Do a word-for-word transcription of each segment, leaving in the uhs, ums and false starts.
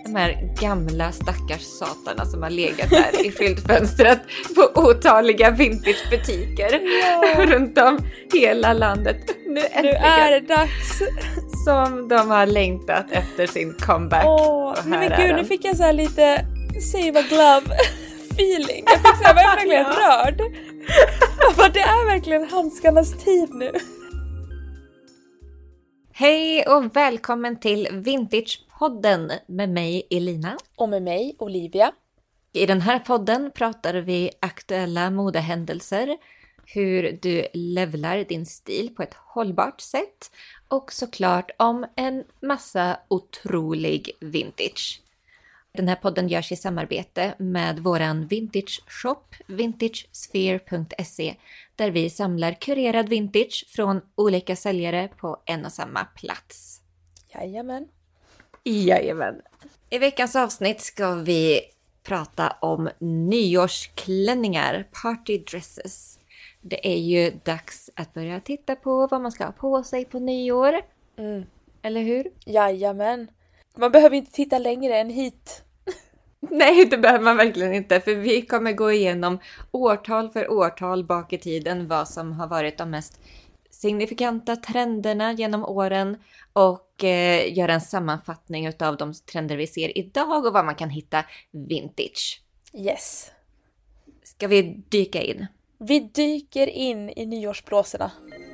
De här gamla stackars satarna som har legat där i skyltfönstret på otaliga vintagebutiker ja. runt om hela landet. Nu, nu är det dags. Som de har längtat efter sin comeback. Åh, nej men gud, nu fick jag så här lite Save a Glove feeling. Jag fick så här, jag var verkligen rörd. För det är verkligen handskarnas tid nu. Hej och välkommen till Vintagepodden med mig Elina. Och med mig Olivia. I den här podden pratar vi aktuella modehändelser, hur du levlar din stil på ett hållbart sätt och såklart om en massa otrolig vintage. Den här podden görs i samarbete med våran vintage shop vintagesphere punkt se där vi samlar kurerad vintage från olika säljare på en och samma plats. Jajamän. Jajamän. I veckans avsnitt ska vi prata om nyårsklänningar, party dresses. Det är ju dags att börja titta på vad man ska ha på sig på nyår. Mm. Eller hur? Jajamän. Man behöver inte titta längre än hit. Nej, det behöver man verkligen inte. För vi kommer gå igenom årtal för årtal bak i tiden. Vad som har varit de mest signifikanta trenderna genom åren. Och eh, göra en sammanfattning av de trender vi ser idag. Och vad man kan hitta vintage. Yes. Ska vi dyka in? Vi dyker in i nyårsblåsorna.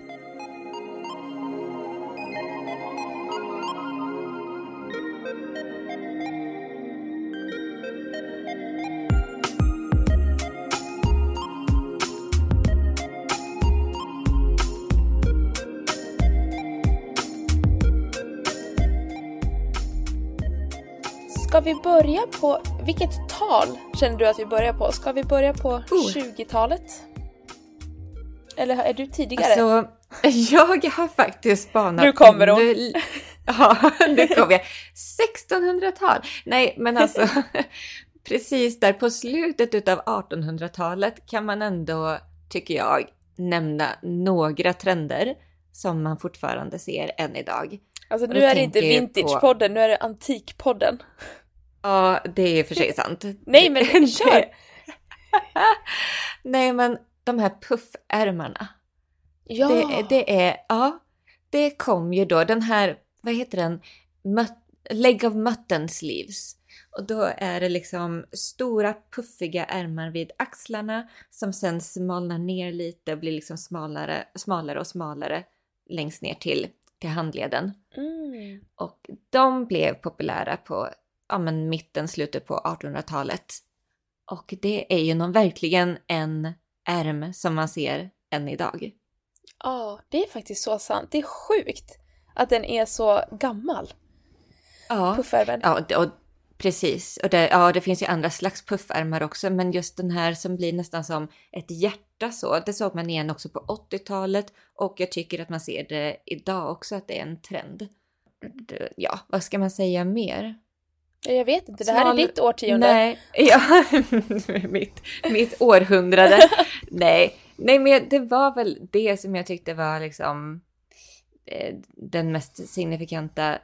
Ska vi börja på, vilket tal känner du att vi börjar på? Ska vi börja på oh. tjugotalet? Eller är du tidigare? Alltså, jag har faktiskt spanat. Nu kommer hon. Nu, ja, nu kommer jag. sextonhundratal. Nej, men alltså, precis där på slutet av artonhundratalet kan man ändå, tycker jag, nämna några trender som man fortfarande ser än idag. Alltså nu är det inte vintagepodden, på... nu är det antikpodden. Ja, det är för sig sant. Nej, men kör! Nej, men de här puffärmarna. Ja. Det, det är, ja, det kom ju då, den här, vad heter den? Mut, leg of mutton sleeves. Och då är det liksom stora puffiga ärmar vid axlarna som sen smalnar ner lite och blir liksom smalare, smalare och smalare längst ner till, till handleden. Mm. Och de blev populära på ja, men mitten, slutet på artonhundratalet. Och det är ju någon, verkligen en ärm som man ser än idag. Ja, det är faktiskt så sant. Det är sjukt att den är så gammal. Ja, puffärmen. Ja, och precis. Och det, ja, det finns ju andra slags puffärmar också. Men just den här som blir nästan som ett hjärta så. Det såg man igen också på åttiotalet. Och jag tycker att man ser det idag också att det är en trend. Ja, vad ska man säga mer? Jag vet inte, det här Smal... är ditt årtionde. Nej, ja, mitt, mitt århundrade. Nej, nej, men det var väl det som jag tyckte var liksom eh, den mest signifikanta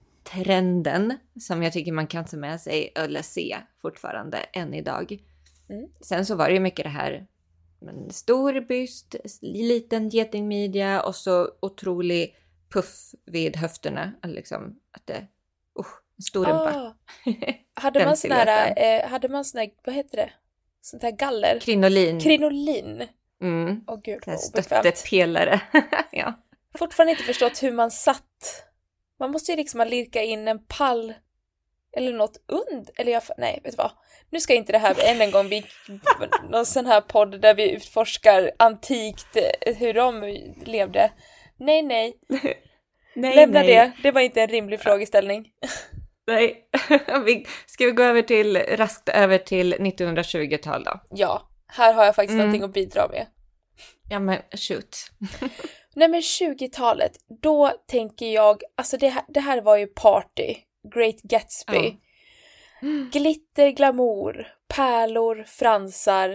trenden som jag tycker man kan ta med sig eller se fortfarande än idag. Mm. Sen så var det ju mycket det här men stor byst, liten getingmidja och så otrolig puff vid höfterna. Liksom att det, uh, stor rumpa. Ah. Hade man sån här, eh, hade man sån här, vad heter det? Sånt här galler? Krinolin. Krinolin. Mm. Åh gud, vad stöttepelare. Ja. Fortfarande inte förstått hur man satt. Man måste ju liksom lirka in en pall eller något und. Eller jag, nej, vet du vad? Nu ska inte det här än en gång bli någon sån här podd där vi utforskar antikt hur de levde. Nej, nej. nej Lämna nej. det. Det var inte en rimlig frågeställning. Nej. Ska vi gå över till raskt över till nittonhundratjugotal då? Ja, här har jag faktiskt Mm. någonting att bidra med. Ja, men shoot. Nej, men tjugotalet, då tänker jag, alltså det här, det här var ju party, Great Gatsby. Ja. Mm. Glitter, glamour, pärlor, fransar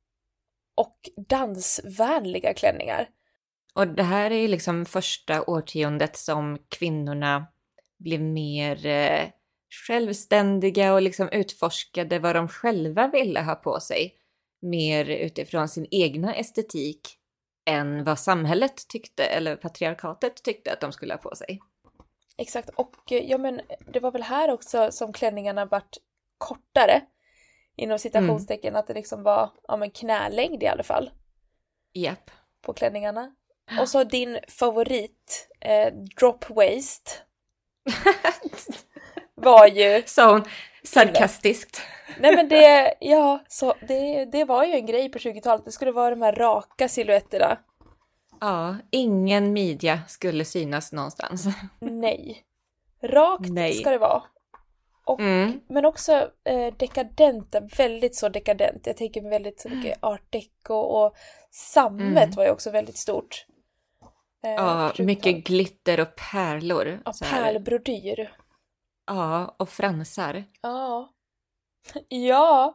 och dansvänliga klänningar. Och det här är ju liksom första årtiondet som kvinnorna blev mer eh, självständiga och liksom utforskade vad de själva ville ha på sig. Mer utifrån sin egna estetik än vad samhället tyckte, eller patriarkatet tyckte att de skulle ha på sig. Exakt, och ja, men det var väl här också som klänningarna vart kortare, inom citationstecken, mm. att det liksom var ja, men knälängd i alla fall. Japp. På klänningarna. Och så din favorit, eh, drop waist. Var ju... Så hon sarkastiskt. Nej men det, ja, så det, det var ju en grej på tjugotalet. Det skulle vara de här raka silhuetterna. Ja, ingen midja skulle synas någonstans. Nej. Rakt Nej. Ska det vara. Och, mm. Men också eh, dekadenta, väldigt så dekadent. Jag tänker väldigt så mycket art deco och sammet mm. var ju också väldigt stort. Eh, ja, mycket glitter och pärlor. Ja, pärlbrodyr. Ja, och fransar. Ja. Ja.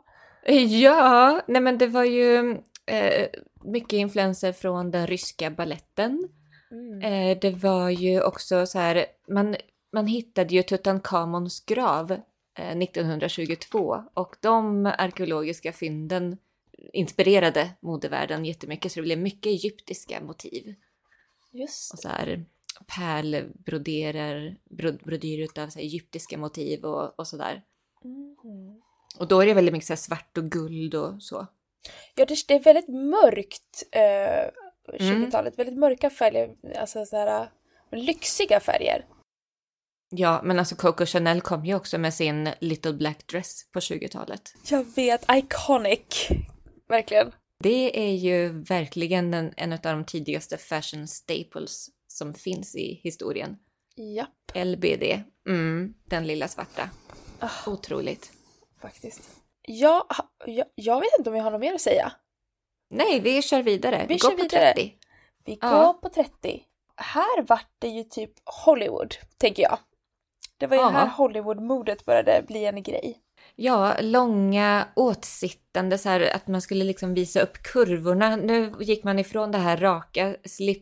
Ja, nej men det var ju eh, mycket influenser från den ryska balletten. Mm. Eh, det var ju också så här, man, man hittade ju Tutankhamons grav eh, nittonhundratjugotvå och de arkeologiska fynden inspirerade modevärlden jättemycket, så det blev mycket egyptiska motiv. Just. Och så här pärlbroderar, brod, brodyr utav så här egyptiska motiv och, och sådär. Mm. Och då är det väldigt mycket så här svart och guld och så. Ja, det, det är väldigt mörkt eh, tjugotalet. Mm. Väldigt mörka färger. Alltså så här lyxiga färger. Ja, men alltså Coco Chanel kom ju också med sin Little Black Dress på tjugotalet. Jag vet, iconic. Verkligen. Det är ju verkligen en, en av de tidigaste fashion staples som finns i historien. Japp. L B D. Mm, den lilla svarta. Oh. Otroligt. Faktiskt. Ja, jag, jag vet inte om jag har något mer att säga. Nej, vi kör vidare. Vi, vi kör går vidare. på trettio. Vi ja. går på trettio. Här vart det ju typ Hollywood, tänker jag. Det var ju ja. här Hollywood-modet började bli en grej. Ja, långa åtsittande så här att man skulle liksom visa upp kurvorna. Nu gick man ifrån det här raka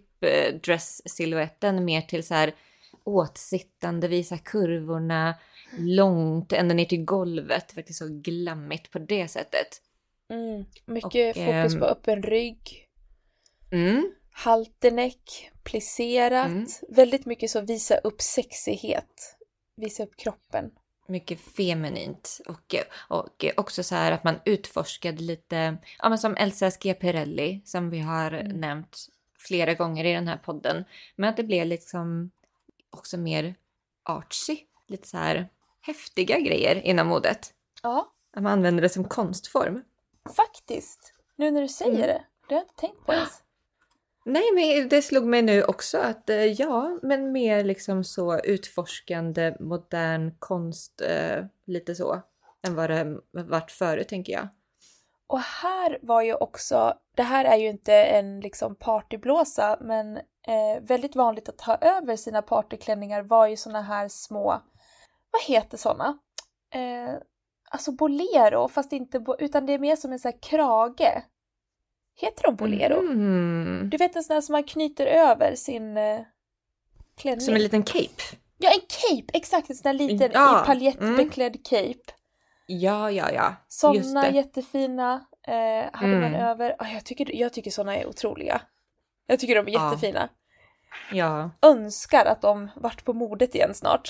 slip-dress-silhuetten mer till så här åtsittande, visa kurvorna långt ända ner till golvet. Faktiskt så glammigt på det sättet. Mm, mycket och, fokus på ähm, öppen rygg. Mm. Halterneck, plisserat. Mm. Väldigt mycket så visa upp sexighet. Visa upp kroppen. Mycket feminint. Och, och också så här att man utforskade lite, ja men som Elsa Schiaparelli som vi har mm. nämnt flera gånger i den här podden. Men att det blev liksom också mer artsy. Lite så här häftiga grejer inom modet. Ja. Att man använder det som konstform. Faktiskt. Nu när du säger mm. det. Det har jag inte tänkt på ens. Nej, men det slog mig nu också att ja, men mer liksom så utforskande modern konst, eh, lite så, än vad det varit förut, tänker jag. Och här var ju också, det här är ju inte en liksom partyblåsa, men eh, väldigt vanligt att ha över sina partyklänningar var ju såna här små, vad heter såna? Eh, alltså bolero, fast inte, utan det är mer som en sån här krage. Heter de bolero? Mm. Du vet en sån där som man knyter över sin eh, klänning. Som en liten cape? Ja, en cape. Exakt, en sån där liten ja. i paljettbeklädd mm. cape. Ja, ja, ja. Såna jättefina eh, hade mm. man över. Oh, jag, tycker, jag tycker såna är otroliga. Jag tycker de är ja. jättefina. Ja. Önskar att de vart på modet igen snart.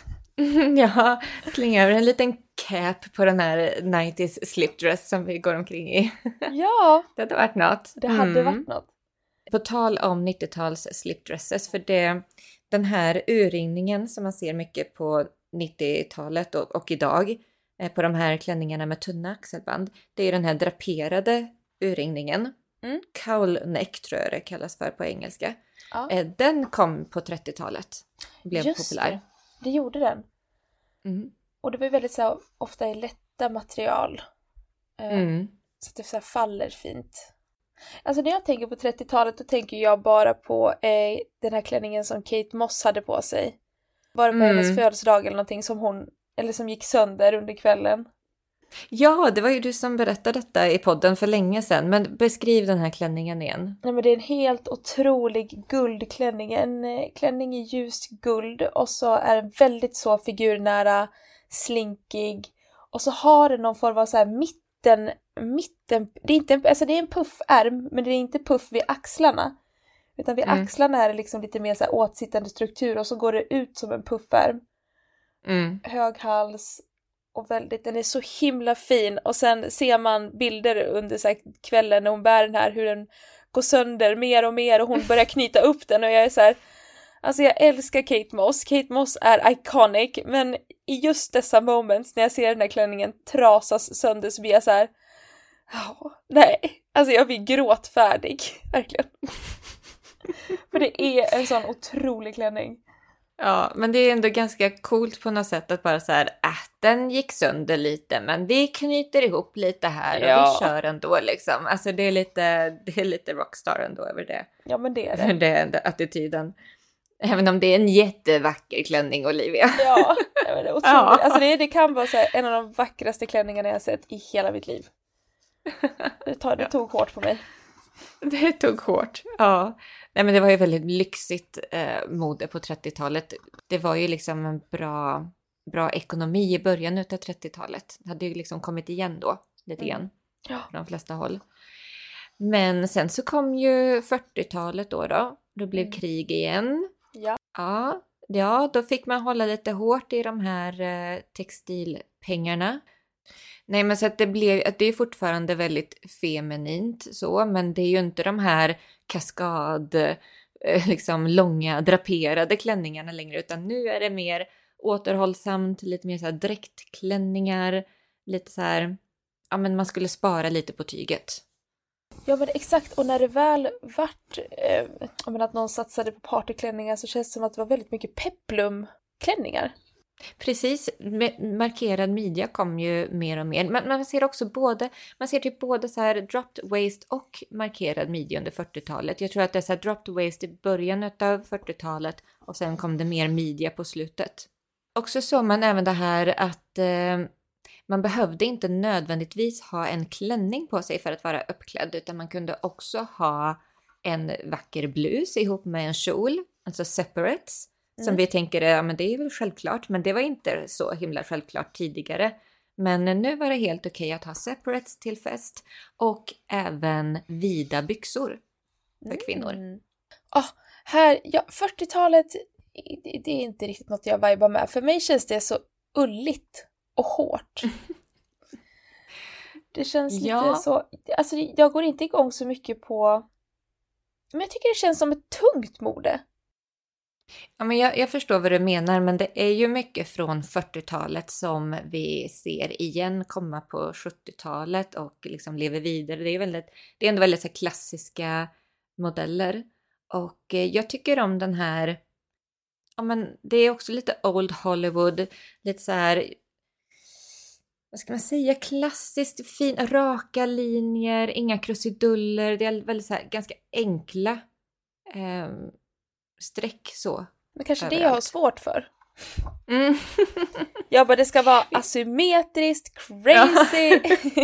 Ja, slänga över en liten cap på den här nittiotalet slipdress som vi går omkring i. Ja. Det hade varit något. Det hade mm. varit något. På tal om nittiotals slipdresses, för det, den här urringningen som man ser mycket på nittiotalet och, och idag eh, på de här klänningarna med tunna axelband, det är den här draperade urringningen. Mm. Cowl neck tror jag det kallas för på engelska. Ja. Eh, den kom på trettiotalet. Blev Just populär. Det. Det gjorde den. Mm. Och det var väldigt så här, ofta i lätta material. Eh, mm. Så att det så här, faller fint. Alltså när jag tänker på trettiotalet då tänker jag bara på eh, den här klänningen som Kate Moss hade på sig. Var det på mm. hennes födelsedag eller någonting som hon, eller som gick sönder under kvällen. Ja, det var ju du som berättade detta i podden för länge sedan. Men beskriv den här klänningen igen. Nej, men det är en helt otrolig guldklänning. En eh, klänning i ljust guld. Och så är den väldigt så figurnära slinkig. Och så har den någon form av så här mitten, mitten, det är inte, alltså det är en puffärm, men det är inte puff vid axlarna. Utan vid mm. axlarna är det liksom lite mer så här åtsittande struktur och så går det ut som en puffärm. Mm. Hög hals och väldigt, den är så himla fin. Och sen ser man bilder under så här kvällen när hon bär den här, hur den går sönder mer och mer och hon börjar knyta upp den och jag är så här, alltså jag älskar Kate Moss. Kate Moss är iconic, men i just dessa moments när jag ser den här klänningen trasas sönder så blir jag så här, oh, nej, alltså jag blir gråtfärdig, verkligen. För det är en sån otrolig klänning. Ja, men det är ändå ganska coolt på något sätt att bara så här, äh, den gick sönder lite, men vi knyter ihop lite här och ja. vi kör ändå liksom. Alltså det är lite, det är lite rockstar ändå över det. Ja, men det är det. Det är den attityden. Även om det är en jättevacker klänning, Olivia. Ja, men det är otroligt. Ja. Alltså det, det kan vara så här, en av de vackraste klänningarna jag har sett i hela mitt liv. Det, tar, det tog hårt på mig. Det tog hårt, ja. Nej, men det var ju väldigt lyxigt eh, mode på trettiotalet. Det var ju liksom en bra, bra ekonomi i början av trettiotalet. Det hade ju liksom kommit igen då, lite grann. Mm. Ja. På de flesta håll. Men sen så kom ju fyrtiotalet då då. Då blev mm. krig igen. Ja. Ja. Ja, då fick man hålla lite hårt i de här eh, textilpengarna. Nej, men så att det blev, att det är fortfarande väldigt feminint så, men det är ju inte de här kaskad, eh, liksom långa draperade klänningarna längre, utan nu är det mer återhållsamt, lite mer så här dräktklänningar, lite så här, ja men man skulle spara lite på tyget. Ja, men exakt, och när det väl vart, eh, jag menar att någon satsade på partyklänningar så känns det som att det var väldigt mycket peplumklänningar. Precis, markerad midja kom ju mer och mer. Men man ser också både, man ser typ både så här dropped waist och markerad midja under fyrtiotalet. Jag tror att det är så här dropped waist i början av fyrtiotalet och sen kom det mer midja på slutet. Också såg man även det här att eh, man behövde inte nödvändigtvis ha en klänning på sig för att vara uppklädd, utan man kunde också ha en vacker blus ihop med en kjol, alltså separates. Som mm. vi tänker, ja men det är väl självklart, men det var inte så himla självklart tidigare. Men nu var det helt okej att ha separates till fest och även vida byxor för kvinnor. Mm. Oh, här, ja, fyrtiotalet, det är inte riktigt något jag vibar med. För mig känns det så ulligt och hårt. Det känns ja. lite så, alltså jag går inte igång så mycket på, men jag tycker det känns som ett tungt mode. Ja, men jag, jag förstår vad du menar, men det är ju mycket från fyrtiotalet som vi ser igen komma på sjuttiotalet och liksom lever vidare. Det är, väldigt, det är ändå väldigt så här klassiska modeller. Och jag tycker om den här, ja men det är också lite old Hollywood, lite så här, vad ska man säga, klassiskt fin, raka linjer, inga krusiduller, det är väldigt så här, ganska enkla eh, streck så. Men kanske det jag har svårt för. Mm. Ja, men det ska vara asymmetriskt, crazy.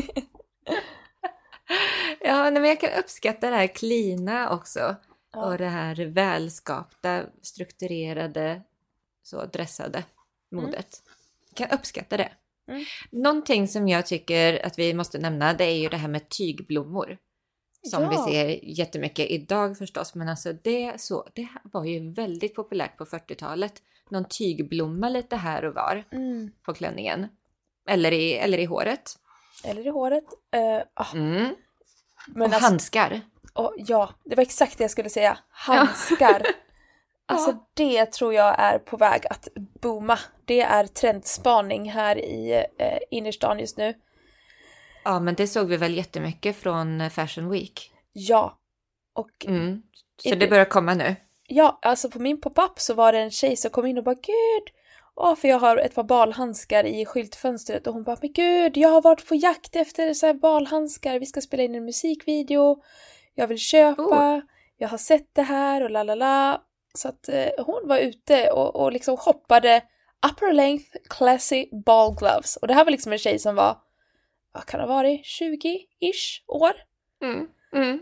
Ja, nej, men jag kan uppskatta det här cleana också. Ja. Och det här välskapta, strukturerade, så dressade modet. Mm. Kan uppskatta det. Mm. Någonting som jag tycker att vi måste nämna, det är ju det här med tygblommor. Som ja. vi ser jättemycket idag förstås. Men alltså det, så, det var ju väldigt populärt på fyrtiotalet. Någon tygblomma lite här och var mm. på klänningen. Eller i, eller i håret. Eller i håret. Uh, oh. mm. Men och alltså, handskar. Oh, ja, det var exakt det jag skulle säga. Handskar. Alltså ja. det tror jag är på väg att booma. Det är trendspaning här i eh, innerstan just nu. Ja, men det såg vi väl jättemycket från Fashion Week. Ja. Och mm. Så det börjar komma nu? Ja, alltså på min pop-up så var det en tjej som kom in och bara, gud, åh, för jag har ett par balhandskar i skyltfönstret och hon bara, men gud, jag har varit på jakt efter så här balhandskar, vi ska spela in en musikvideo, jag vill köpa, oh. jag har sett det här och lalala. Så att eh, hon var ute och, och liksom shoppade upper length classy ball gloves. Och det här var liksom en tjej som var, vad kan det ha varit, tjugo-ish år? Mm. Mm.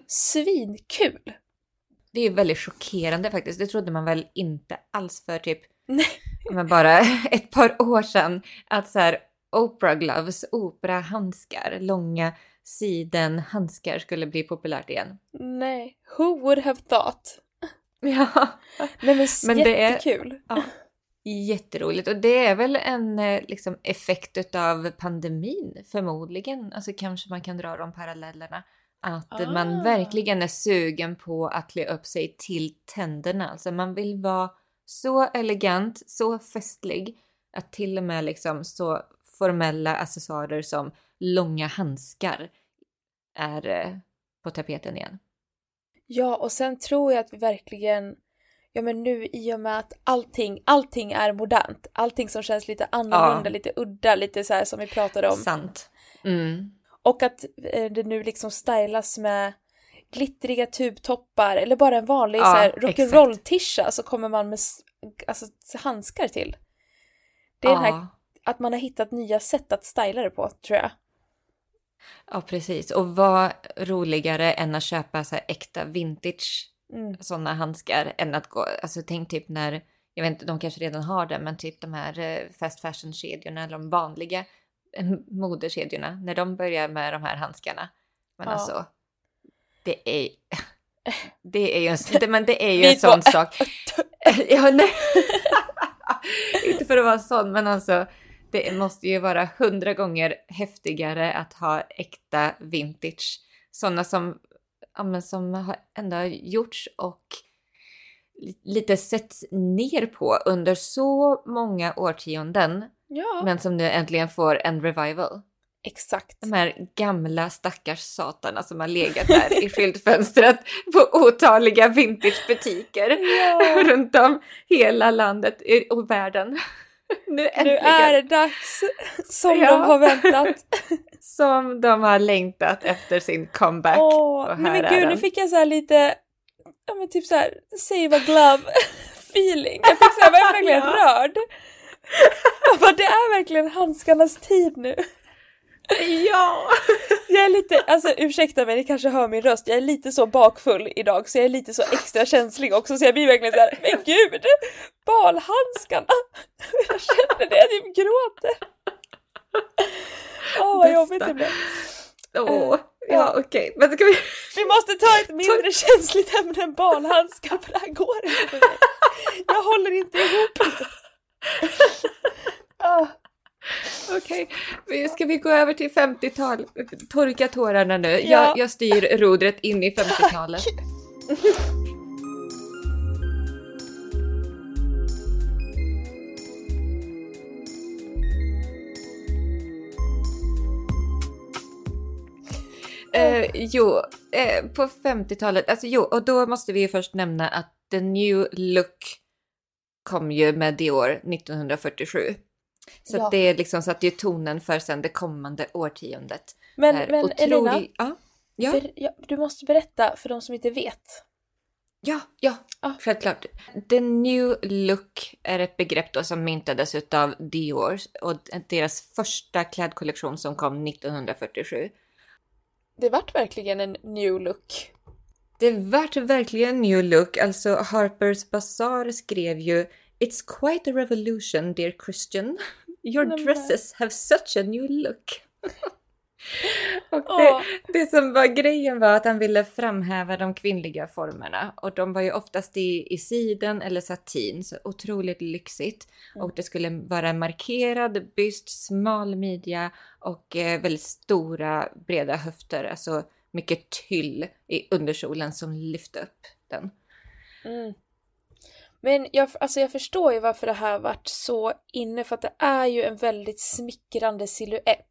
Svinkul! Det är väldigt chockerande faktiskt. Det trodde man väl inte alls för typ Nej, men bara ett par år sedan att så här Oprah gloves, operahandskar, långa sidenhandskar skulle bli populärt igen. Nej, who would have thought? Ja. Nej, men, Men det är jättekul. ja, jätteroligt. Och det är väl en liksom, effekt av pandemin förmodligen. Alltså kanske man kan dra de parallellerna. Att Ah. man verkligen är sugen på att klä upp sig till tänderna. Alltså man vill vara så elegant, så festlig. Att till och med liksom så formella accessoarer som långa handskar är eh, på tapeten igen. Ja, och sen tror jag att vi verkligen, ja men nu i och med att allting, allting är modernt. Allting som känns lite annorlunda, Ja. lite udda, lite så här som vi pratade om. Sant. Mm. Och att eh, det nu liksom stylas med glittriga tubtoppar eller bara en vanlig Ja, så här exakt. rock'n'roll-tisha så kommer man med s- alltså, handskar till. Det är Ja. den här, att man har hittat nya sätt att styla det på, tror jag. Ja, precis. Och vad roligare än att köpa så här äkta vintage Mm. sådana handskar än att gå, alltså tänk typ när, jag vet inte, de kanske redan har det, men typ de här eh, fast fashion-kedjorna eller de vanliga eh, modekedjorna, när de börjar med de här handskarna. Men Ja. alltså, det är, det är ju en, det, men det är ju Vi en sån två- sak. Ja, nej. Inte för att vara sån, men alltså det måste ju vara hundra gånger häftigare att ha äkta vintage. Sådana som, ja, men som har ändå gjorts och li- lite setts ner på under så många årtionden. Ja, Men som nu äntligen får en revival. exakt. De här gamla stackars satarna som har legat där i skyltfönstret på otaliga vintagebutiker Ja. runt om hela landet i- och världen. Nu äntligen. Nu är det dags som Ja. de har väntat. Som de har längtat efter sin comeback. Åh, och nej här men är gud, nu den. fick jag så här lite, ja men typ så här Save a Glove feeling. Jag fick så här, jag var verkligen Ja. rörd. Jag bara, det är verkligen handskarnas tid nu. Ja! Jag är lite, alltså ursäkta mig, ni kanske hör min röst. Jag är lite så bakfull idag så jag är lite så extra känslig också. Så jag blir verkligen så här, men gud, balhandskarna. Jag känner det, jag typ gråter. Åh, vad Bästa. jobbigt det blev. Åh, ja okej. Men ska vi... Vi måste ta ett mindre känsligt ämne än balhandskar för det här går inte för mig. Jag håller inte ihop. Ah. Okej, okay. Ska vi gå över till femtiotal? Torka tårarna nu. Ja. Jag, jag styr rodret in i femtiotalet. Eh, jo, eh, på femtiotalet, alltså jo, och då måste vi ju först nämna att The New Look kom ju med Dior nittonhundrafyrtiosju. Så Ja. att det liksom satte ju tonen för sen det kommande årtiondet. Men, Här men otrolig- Elina, Ja, ja, ber, ja, du måste berätta för de som inte vet. ja, ja, Ja. självklart. The New Look är ett begrepp då som myntades utav Dior och deras första klädkollektion som kom nittonhundrafyrtiosju. Det vart verkligen en new look. Det vart verkligen New Look, alltså Harper's Bazaar skrev ju "It's quite a revolution, dear Christian. Your Nej, men- dresses have such a new look." Och Åh. det, det som var grejen var att han ville framhäva de kvinnliga formerna. Och de var ju oftast i, i siden eller satin, så otroligt lyxigt. Mm. Och det skulle vara markerad byst, smal midja och eh, väldigt stora breda höfter. Alltså mycket tyll i underkjolen som lyfte upp den. Mm. Men jag, alltså jag förstår ju varför det här varit så inne, för att det är ju en väldigt smickrande silhuett.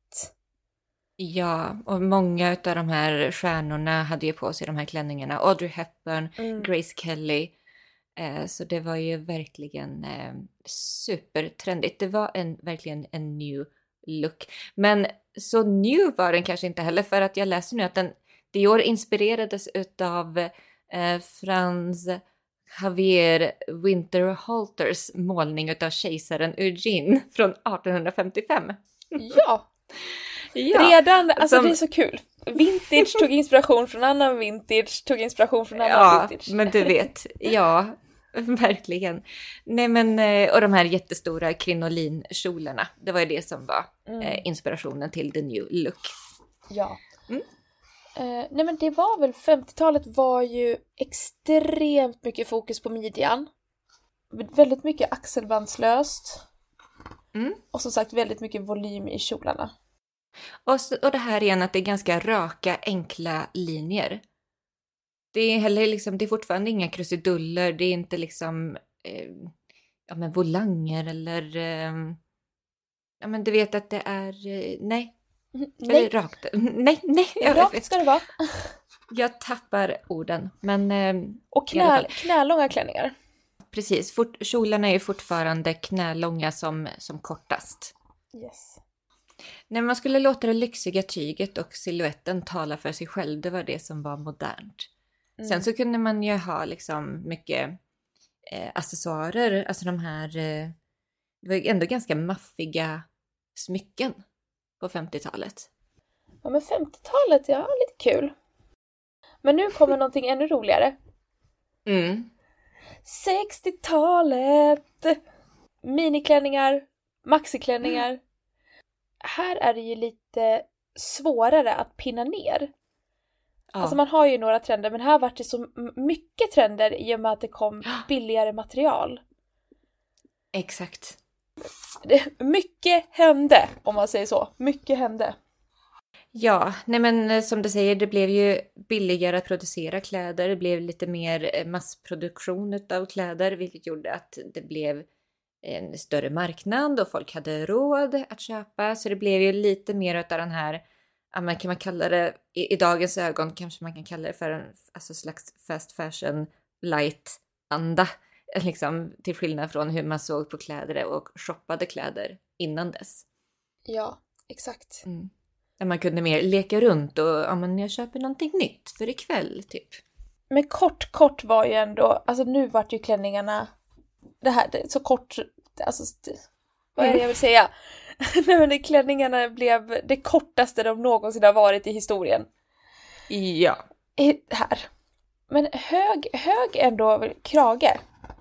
Ja, och många av de här stjärnorna hade ju på sig de här klänningarna. Audrey Hepburn, Mm. Grace Kelly. Eh, så det var ju verkligen eh, supertrendigt. Det var en, verkligen en new look. Men så new var den kanske inte heller, för att jag läser nu att den Dior inspirerades utav eh, Franz Javier Winterhalters målning utav kejsaren Eugene från arton femtiofem. Ja, Ja, redan, alltså som- det är så kul. Vintage tog inspiration från annan vintage, tog inspiration från annan ja vintage. men du vet, ja. verkligen. Nej men, och de här jättestora krinolinkjolarna, det var ju det som var mm. eh, inspirationen till the new look. Ja. Mm. Eh, nej men det var väl, femtiotalet var ju extremt mycket fokus på midjan. Väldigt mycket axelbandslöst. Mm. Och som sagt väldigt mycket volym i kjolarna. Och, så, och det här igen att det är ganska raka, enkla linjer. Det är heller liksom, det är fortfarande inga krusiduller, det är inte liksom eh, ja men volanger eller eh, ja men du vet att det är eh, nej. Nej. Eller rakt. Nej, nej. Jag, rakt ska det vara. Jag tappar orden, men eh, och knä, knälånga klänningar. Precis, fort, kjolarna är ju fortfarande knälånga som, som kortast. Yes. När man skulle låta det lyxiga tyget och siluetten tala för sig själv, det var det som var modernt. Mm. Sen så kunde man ju ha liksom mycket eh, accessoarer, alltså de här, eh, det var ändå ganska maffiga smycken på femtiotalet. Ja men femtiotalet, ja, lite kul. Men nu kommer någonting ännu roligare. Mm. sextiotalet! Miniklänningar, maxiklänningar. Mm. Här är det ju lite svårare att pinna ner. Ja. Alltså man har ju några trender, men här var det så mycket trender i och med att det kom billigare material. Exakt. Det, mycket hände, om man säger så. Mycket hände. Ja, nej men som du säger, det blev ju billigare att producera kläder. Det blev lite mer massproduktion av kläder, vilket gjorde att det blev en större marknad och folk hade råd att köpa. Så det blev ju lite mer av den här, ja, man kan man kalla det, i, i dagens ögon kanske man kan kalla det för en alltså, slags fast fashion light-anda. Liksom, till skillnad från hur man såg på kläder och shoppade kläder innan dess. Ja, exakt. Mm. Där man kunde mer leka runt och ja, men jag köper någonting nytt för ikväll typ. Men kort, kort var ju ändå, alltså nu vart ju klänningarna, det här, det, så kort, alltså, det, vad är det jag vill säga? Nej men det, klänningarna blev det kortaste de någonsin har varit i historien. Ja. I, här. Men hög, hög ändå krage.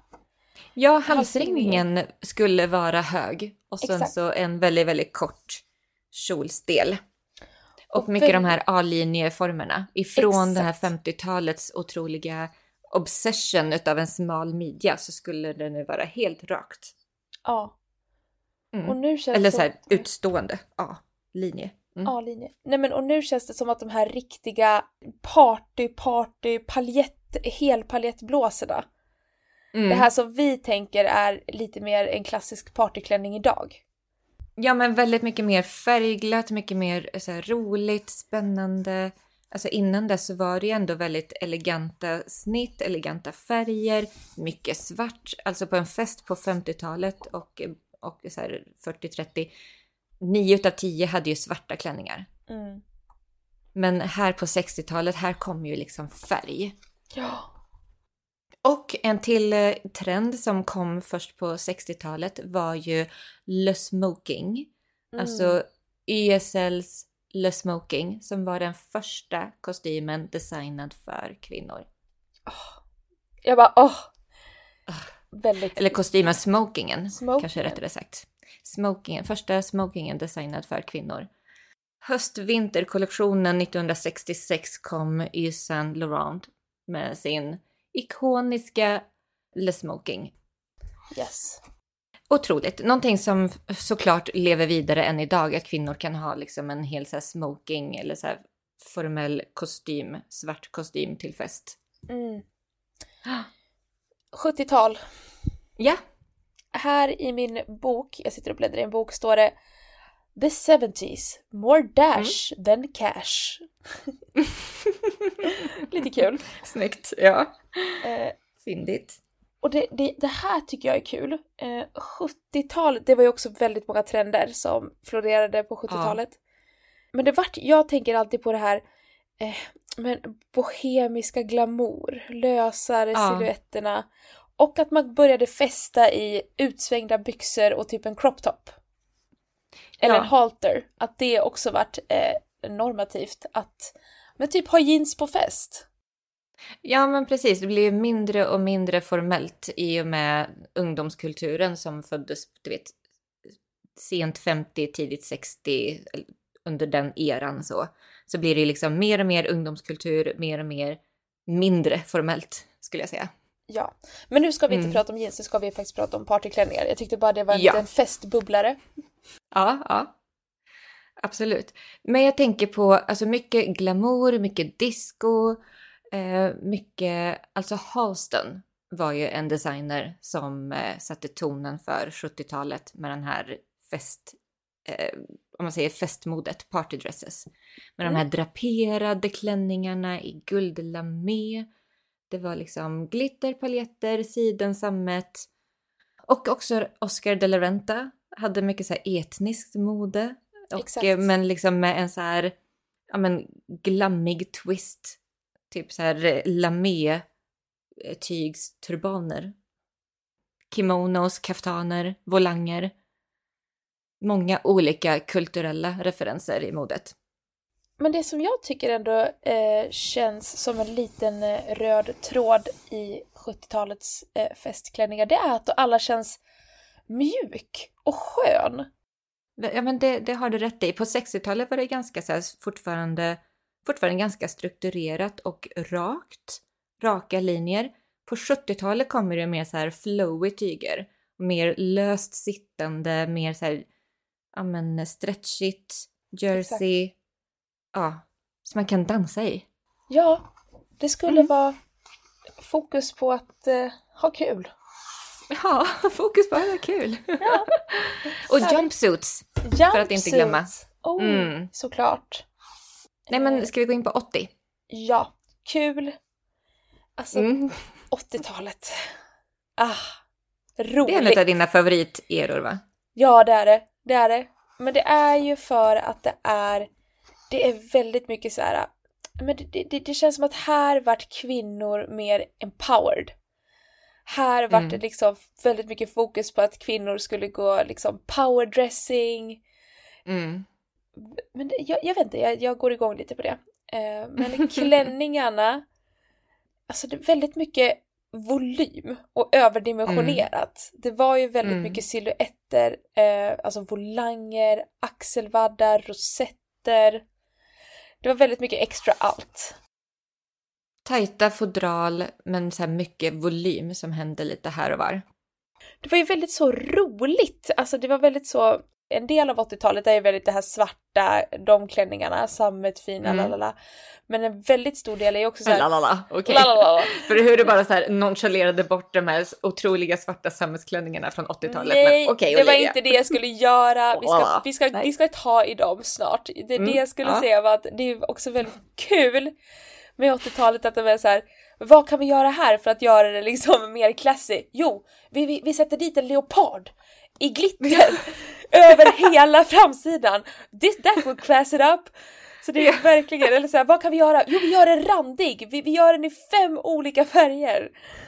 Ja, halsringningen skulle vara hög. Och sen Exakt. Så en väldigt, väldigt kort kjolstel. Och, och mycket väldigt... de här A-linjeformerna. Ifrån Exakt. Det här femtiotalets otroliga obsession utav en smal midja så skulle det nu vara helt rakt. Ja. Mm. Och nu känns Eller så här att... utstående A-linje. Mm. A-linje. Nej men och nu känns det som att de här riktiga party, party, paljett, helpaljettblåsorna. Mm. Det här som vi tänker är lite mer en klassisk partyklänning idag. Ja men väldigt mycket mer färgglatt, mycket mer så här, roligt, spännande. Alltså innan dess så var det ju ändå väldigt eleganta snitt, eleganta färger, mycket svart. Alltså på en fest på femtiotalet och, och så här fyrtio trettio, nio utav tio hade ju svarta klänningar. Mm. Men här på sextiotalet, här kom ju liksom färg. Ja. Och en till eh, trend som kom först på sextiotalet var ju Le Smoking. Mm. Alltså Y S L:s Le Smoking som var den första kostymen designad för kvinnor. Oh. Jag bara, åh! Oh. Väldigt... Eller kostymen smokingen, smokingen, kanske rättare sagt. Smokingen, första smokingen designad för kvinnor. Höst-vinterkollektionen nittonhundrasextiosex kom Yves Saint Laurent med sin ikoniska Le Smoking. Yes. Otroligt. Någonting som såklart lever vidare än idag. Att kvinnor kan ha liksom en hel så här smoking eller så här formell kostym. Svart kostym till fest. Mm. sjuttiotal. Ja. Här i min bok, jag sitter och bläddrar i en bok, står det The seventies, more dash mm. than cash. Lite kul. Snyggt, ja. Eh, Fyndigt. Och det, det, det här tycker jag är kul. Eh, sjuttiotalet, det var ju också väldigt många trender som florerade på sjuttiotalet. Ja. Men det vart, jag tänker alltid på det här eh, men bohemiska glamour, lösare ja. silhuetterna. Och att man började festa i utsvängda byxor och typ en crop top. Eller ja. en halter. Att det också varit eh, normativt. Att men typ ha jeans på fest. Ja, men precis. Det blir mindre och mindre formellt i och med ungdomskulturen som föddes, du vet, sent femtio, tidigt sextio, under den eran så. Så blir det liksom mer och mer ungdomskultur, mer och mer mindre formellt, skulle jag säga. Ja, men nu ska vi inte Mm. prata om jeans, nu ska vi faktiskt prata om partyklänningar. Jag tyckte bara det var en Ja. liten festbubblare. Ja, ja. Absolut. Men jag tänker på alltså mycket glamour, mycket disco, eh, mycket... Alltså Halston var ju en designer som eh, satte tonen för sjuttiotalet med den här fest... Eh, om man säger festmodet, partydresses. Med Mm. de här draperade klänningarna i guldlamé. Det var liksom glitter, paljetter, sidensammet. Och också Oscar de la Renta hade mycket så här etniskt mode. Och, Exakt. eh, men liksom med en så här ja, men glammig twist. Typ så här eh, lamé eh, tygsturbaner. Kimonos, kaftaner, volanger. Många olika kulturella referenser i modet. Men det som jag tycker ändå eh, känns som en liten eh, röd tråd i sjuttiotalets eh, festklänningar, det är att alla känns mjuk och skön. Ja, men det, det har du rätt i. På sextiotalet var det ganska så här, fortfarande, fortfarande ganska strukturerat och rakt. Raka linjer. På sjuttiotalet kommer det mer så här flowy tyger. Mer löst sittande, mer så här, ja men stretchigt, jersey. Exakt. Ja, som man kan dansa i. Ja, det skulle Mm. vara fokus på att eh, ha kul. Ja, fokus på att ha kul. Ja. Och jumpsuits, för att inte glömma. Oh, Mm. såklart. Nej, men ska vi gå in på åttio? Ja, kul. Alltså, Mm. åttiotalet. Ah, roligt. Det är en av dina favoriteror, va? Ja, det är det. Det är det. Men det är ju för att det är det är väldigt mycket så här. Men det, det, det känns som att här vart kvinnor mer empowered. Här vart Mm. det liksom väldigt mycket fokus på att kvinnor skulle gå liksom powerdressing. Mm. Men det, jag, jag vet inte, jag, jag går igång lite på det. Eh, men klänningarna, alltså det är väldigt mycket volym och överdimensionerat. Mm. Det var ju väldigt Mm. mycket silhuetter, eh, alltså volanger, axelvaddar, rosetter. Det var väldigt mycket extra allt. Tajta fodral, men så här mycket volym som hände lite här och var. Det var ju väldigt så roligt. Alltså det var väldigt så... En del av åttiotalet är ju väldigt det här svarta, de klänningarna, sammetfina, mm. lalala. Men en väldigt stor del är ju också så här... Lalala, okej. Okay. Lalala. För hur du bara så här nonchalerade bort de här otroliga svarta sammetsklänningarna från åttiotalet. Nej, men, okay, det Olivia. var inte det jag skulle göra. Vi ska, vi ska, vi ska ta i dem snart. Det, mm. det jag skulle ja. säga var att det är också väldigt kul med åttiotalet att det var så här... Vad kan vi göra här för att göra det liksom mer classy? Jo, vi, vi, vi sätter dit en leopard i glitter över hela framsidan. This, that would class it up. Så det är yeah. verkligen, eller så här, vad kan vi göra? Jo, vi gör en randig. Vi, vi gör den i fem olika färger.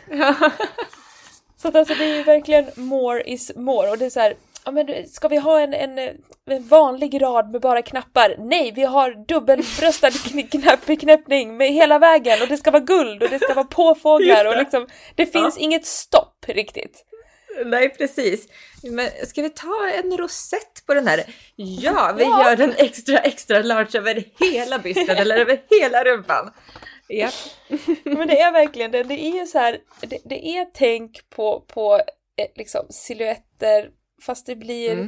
Så att alltså, det är verkligen more is more. Och det är så här, ja, men ska vi ha en, en, en vanlig rad med bara knappar? Nej, vi har dubbelbröstad knapp, knäppning med hela vägen. Och det ska vara guld och det ska vara påfåglar. Det. Och liksom, det finns ja. inget stopp riktigt. Nej, precis. Men ska vi ta en rosett på den här? Ja, vi ja. gör den extra, extra large över hela bysten eller över hela rumpan. Ja. Men det är verkligen det. Det är så här, det, det är tänk på, på liksom silhuetter. Fast det blir mm.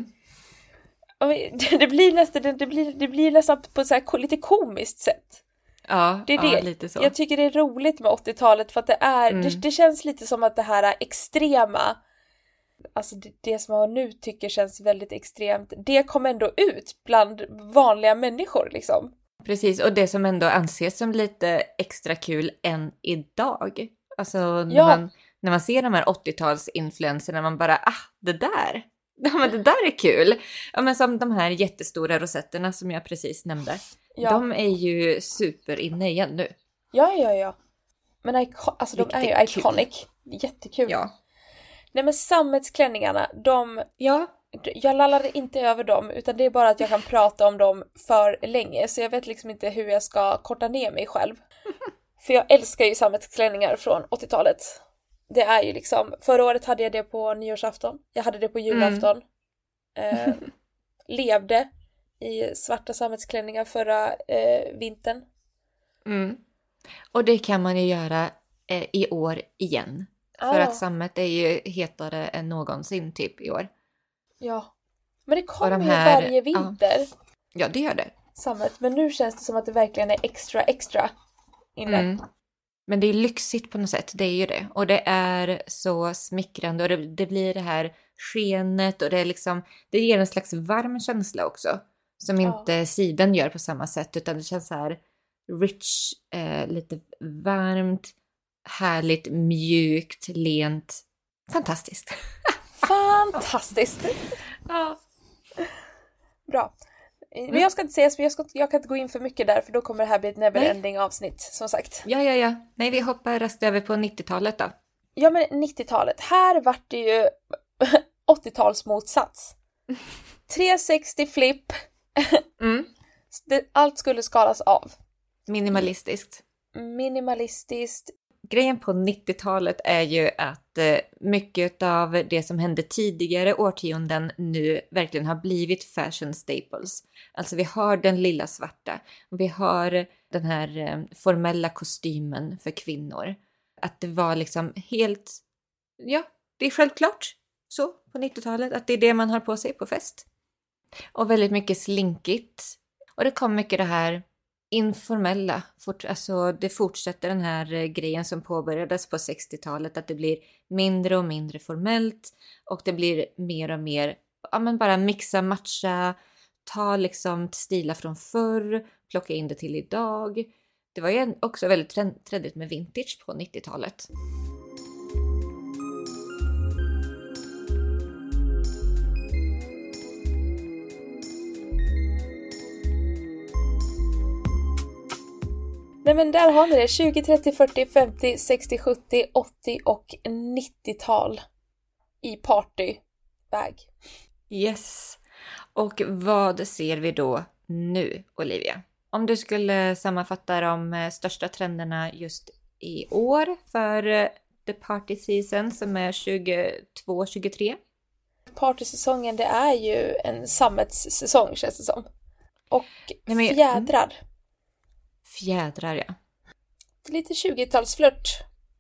det blir nästan det blir det blir nästan på så här lite komiskt sätt. Ja, det är ja, det. Lite så. Jag tycker det är roligt med åttiotalet för att det är mm. det, det känns lite som att det här extrema, alltså det, det som man nu tycker känns väldigt extremt, det kom ändå ut bland vanliga människor liksom. Precis, och det som ändå anses som lite extra kul än idag. Alltså när ja. man när man ser de här åttiotalsinfluenserna, man bara, ah, det där. Ja, men det där är kul. Ja, men som de här jättestora rosetterna som jag precis nämnde. Ja. De är ju super inne igen nu. Ja, ja, ja. Men icon- alltså, de är ju är iconic. Kul. Jättekul. Ja. Nej, men sammetsklänningarna, de... Ja. Jag lallade inte över dem, utan det är bara att jag kan prata om dem för länge. Så jag vet liksom inte hur jag ska korta ner mig själv. För jag älskar ju sammetsklänningar från åttiotalet. Det är ju liksom, förra året hade jag det på nyårsafton. Jag hade det på julafton. Mm. Eh, levde i svarta sammetsklänningar förra eh, vintern. Mm. Och det kan man ju göra eh, i år igen. Ah. För att sammet är ju hetare än någonsin typ i år. Ja. Men det kommer de ju här, varje vinter. Ja. ja, det gör det. Sammet. Men nu känns det som att det verkligen är extra, extra inne. Mm. Men det är lyxigt på något sätt, det är ju det. Och det är så smickrande och det, det blir det här skenet och det är liksom, det ger en slags varm känsla också. Som ja. inte siden gör på samma sätt, utan det känns så här rich, eh, lite varmt, härligt, mjukt, lent. Fantastiskt. Fantastiskt. Ja. Bra. Men jag ska inte säga, jag, ska, jag kan inte gå in för mycket där, för då kommer det här bli ett neverending avsnitt, som sagt. Ja, ja, ja. Nej, vi hoppar rast över på nittiotalet då. Ja, men nittiotalet. Här vart det ju åttio-tals motsats. trehundrasextio flip. Mm. Allt skulle skalas av. Minimalistiskt. Minimalistiskt. Grejen på nittiotalet är ju att eh, mycket av det som hände tidigare årtionden nu verkligen har blivit fashion staples. Alltså vi har den lilla svarta och vi har den här eh, formella kostymen för kvinnor. Att det var liksom helt, ja, det är självklart så på nittiotalet att det är det man har på sig på fest. Och väldigt mycket slinkigt. Och det kom mycket det här informella, fort, alltså det fortsätter den här grejen som påbörjades på sextiotalet, att det blir mindre och mindre formellt och det blir mer och mer, ja men bara mixa, matcha, ta liksom stilar från förr, plocka in det till idag. Det var ju också väldigt trendigt med vintage på nittiotalet. Nej, men där har ni det. tjugo, trettio, fyrtio, femtio, sextio, sjuttio, åttio och nittiotal i partyväg. Yes. Och vad ser vi då nu, Olivia? Om du skulle sammanfatta de största trenderna just i år för the party season som är tjugotvå tjugotre. Partysäsongen, det är ju en sammetssäsong, känns det som. Och Nej, men, fjädrar. Mm. Fjädrar, ja. Lite tjugotalsflört.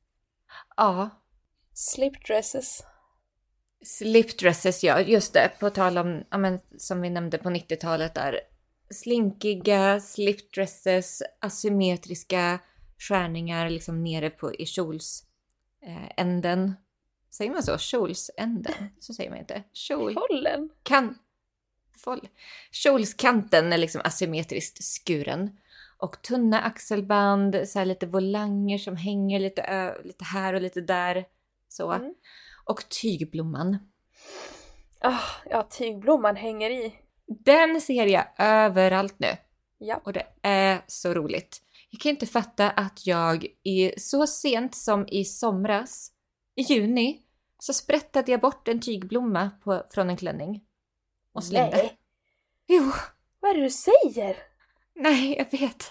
Ja. Slipdresses. Slipdresses, ja. Just det. På tal om, ja, men, som vi nämnde på nittiotalet där. Slinkiga slipdresses, asymmetriska skärningar liksom nere på i kjolsänden. Eh, säger man så? Kjolsänden? Så säger man inte. Kjol. Follen. Kan. Foll. Kjolskanten är liksom asymmetriskt skuren. Och tunna axelband, så här lite volanger som hänger lite, ö- lite här och lite där. Så. Mm. Och tygblomman. Ah, ja, tygblomman hänger i. Den ser jag överallt nu. Ja. Och det är så roligt. Jag kan inte fatta att jag i, så sent som i somras, i juni, så sprättade jag bort en tygblomma på, från en klänning. Och slängde. Nej. Jo. Vad är det du säger? Nej, jag vet.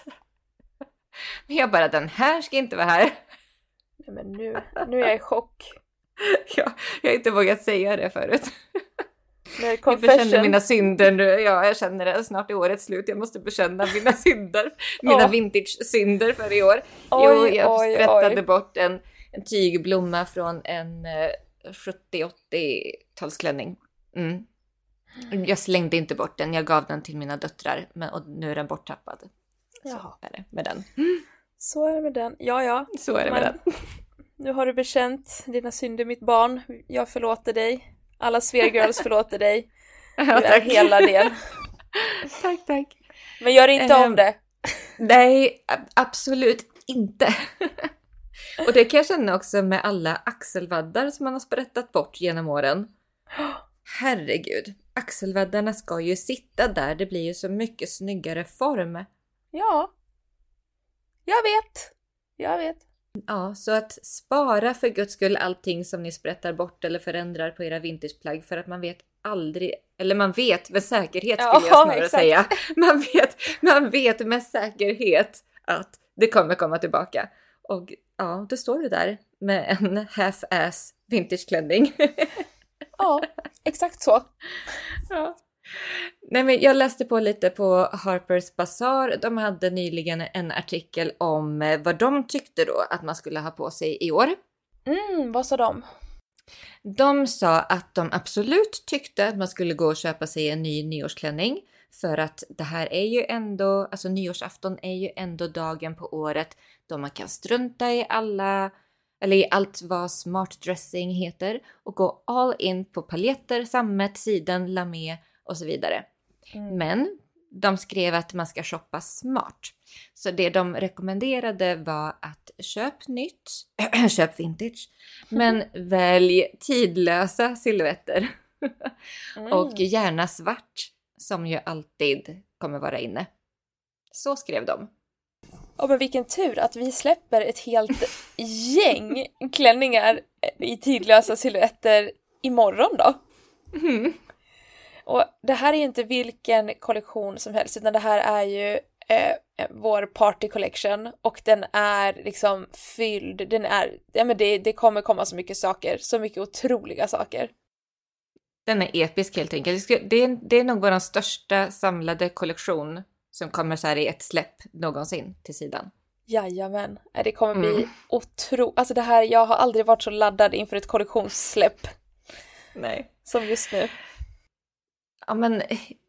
Men jag bara, den här ska inte vara här. Nej, men nu, nu är jag i chock. Ja, jag har inte vågat säga det förut. Jag bekänner mina synder nu. Ja, jag känner det. Snart är årets slut. Jag måste bekänna mina synder. Mina oh. vintage-synder för i år. Oj, jo, jag oj, sprättade oj. bort en, en tygblomma från en eh, sjuttio-åttio-talsklänning. Mm. Jag slängde inte bort den. Jag gav den till mina döttrar. Men, och nu är den borttappad. Jaha. Så är det med den. Så är det med den. Ja, ja. Så är det med men, den. Nu har du bekänt dina synder, mitt barn. Jag förlåter dig. Alla Sphere Girls förlåter dig. Du ja, är hela det. Tack, tack. Men gör inte um, om det. Nej, absolut inte. Och det kan jag känna också med alla axelvaddar som man har sprättat bort genom åren. Herregud, axelvaddarna ska ju sitta där. Det blir ju så mycket snyggare form. Ja, jag vet. Jag vet. Ja, så att spara för guds skull allting som ni sprättar bort eller förändrar på era vintageplagg, för att man vet aldrig, eller man vet med säkerhet skulle ja, jag snarare exakt. säga. Man vet, man vet med säkerhet att det kommer komma tillbaka. Och ja, då står du där med en half-ass vintageklänning. Ja, exakt så. Ja. Nej, men jag läste på lite på Harper's Bazaar. De hade nyligen en artikel om vad de tyckte då att man skulle ha på sig i år. Mm, vad sa de? De sa att de absolut tyckte att man skulle gå och köpa sig en ny nyårsklänning. För att det här är ju ändå, alltså nyårsafton är ju ändå dagen på året då man kan strunta i alla, eller i allt vad smart dressing heter. Och gå all in på paljetter, sammet, siden, lamé och så vidare. Mm. Men de skrev att man ska shoppa smart. Så det de rekommenderade var att köp nytt, köp vintage, men välj tidlösa silhuetter. Mm. Och gärna svart, som ju alltid kommer vara inne. Så skrev de. Ja, men vilken tur att vi släpper ett helt gäng klänningar i tidlösa silhuetter imorgon då. Mm. Och det här är ju inte vilken kollektion som helst, utan det här är ju eh, vår party collection, och den är liksom fylld, den är, ja men det, det kommer komma så mycket saker, så mycket otroliga saker. Den är episk helt enkelt. Det är, det är nog vår största samlade kollektion som kommer så här i ett släpp någonsin till sidan. Jajamän, det kommer bli mm. otroligt. Alltså det här, jag har aldrig varit så laddad inför ett kollektionssläpp. Nej. Som just nu. Ja, men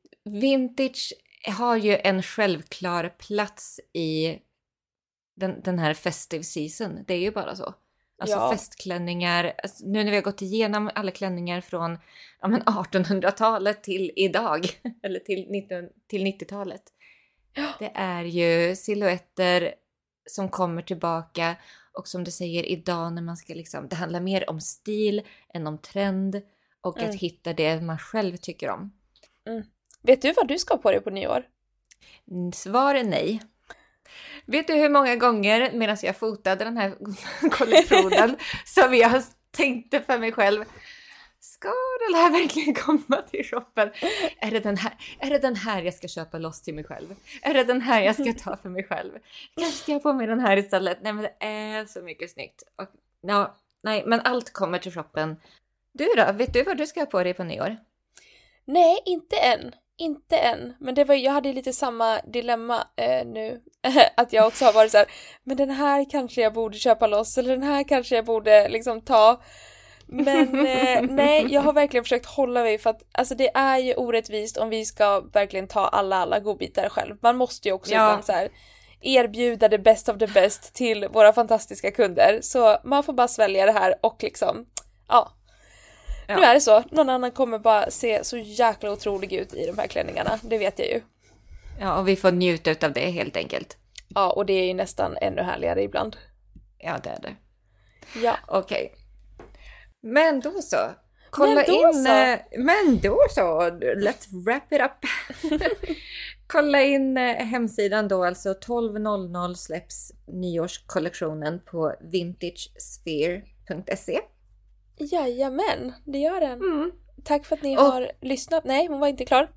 vintage har ju en självklar plats i den, den här festive season. Det är ju bara så. Alltså ja. Festklänningar, alltså nu när vi har gått igenom alla klänningar från ja, men artonhundratalet till idag, eller till, nitton, till nittiotalet. Ja. Det är ju silhuetter som kommer tillbaka, och som du säger idag när man ska liksom, det handlar mer om stil än om trend, och mm. att hitta det man själv tycker om. Mm. Vet du vad du ska på dig på nyår? Svar är nej. Vet du hur många gånger medan jag fotade den här kollektionen som jag tänkte för mig själv, ska den här verkligen komma till shoppen? Är det den här, är det den här jag ska köpa loss till mig själv? Är det den här jag ska ta för mig själv? Kanske ska jag på mig den här istället? Nej, men det är så mycket snyggt. Och, no, nej, men allt kommer till shoppen. Du då? Vet du vad du ska ha på dig på nyår? Nej, inte än. Inte än. Men det var, jag hade lite samma dilemma eh, nu. Att jag också har varit så här, men den här kanske jag borde köpa loss. Eller den här kanske jag borde liksom ta. Men eh, nej, jag har verkligen försökt hålla mig. För att alltså, det är ju orättvist om vi ska verkligen ta alla, alla godbitar själv. Man måste ju också ja. ibland så här erbjuda det best of the best till våra fantastiska kunder. Så man får bara svälja det här och liksom, ja. Ja. Nu är det så. Någon annan kommer bara se så jäkla otrolig ut i de här klänningarna. Det vet jag ju. Ja, och vi får njuta av det helt enkelt. Ja, och det är ju nästan ännu härligare ibland. Ja, det är det. Ja. Okej. Okay. Men då så. Kolla men då in... Så. Men då så. Let's wrap it up. Kolla in hemsidan då. Alltså tolv noll noll släpps nyårskollektionen på vintagesphere punkt se. Jajamän, det gör den. Mm. Tack för att ni och... har lyssnat. Nej, hon var inte klar.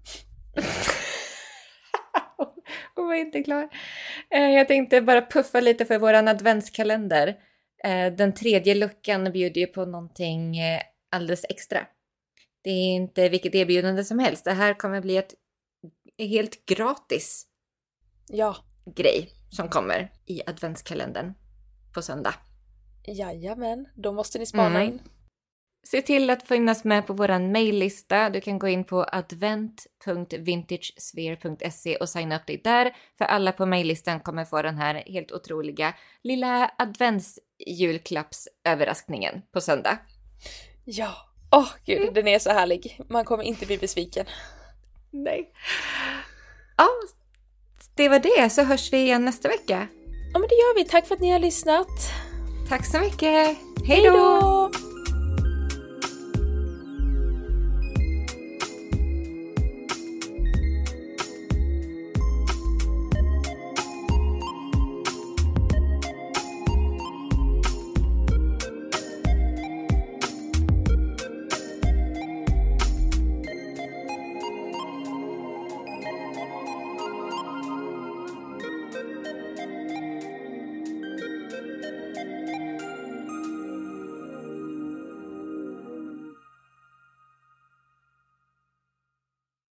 hon var inte klar. Jag tänkte bara puffa lite för våran adventskalender. Den tredje luckan bjuder ju på någonting alldeles extra. Det är inte vilket erbjudande som helst. Det här kommer bli ett helt gratis ja. grej som kommer i adventskalendern på söndag. Jajamän, då måste ni spana mm. in. Se till att finnas med på våran mejllista. Du kan gå in på advent punkt vintagesphere punkt se och signa upp dig där. För alla på mejllistan kommer få den här helt otroliga lilla adventsjulklappsöverraskningen på söndag. Ja, åh oh, gud, mm. den är så härlig. Man kommer inte bli besviken. Nej. Ja, det var det. Så hörs vi igen nästa vecka. Ja, men det gör vi. Tack för att ni har lyssnat. Tack så mycket. Hej då!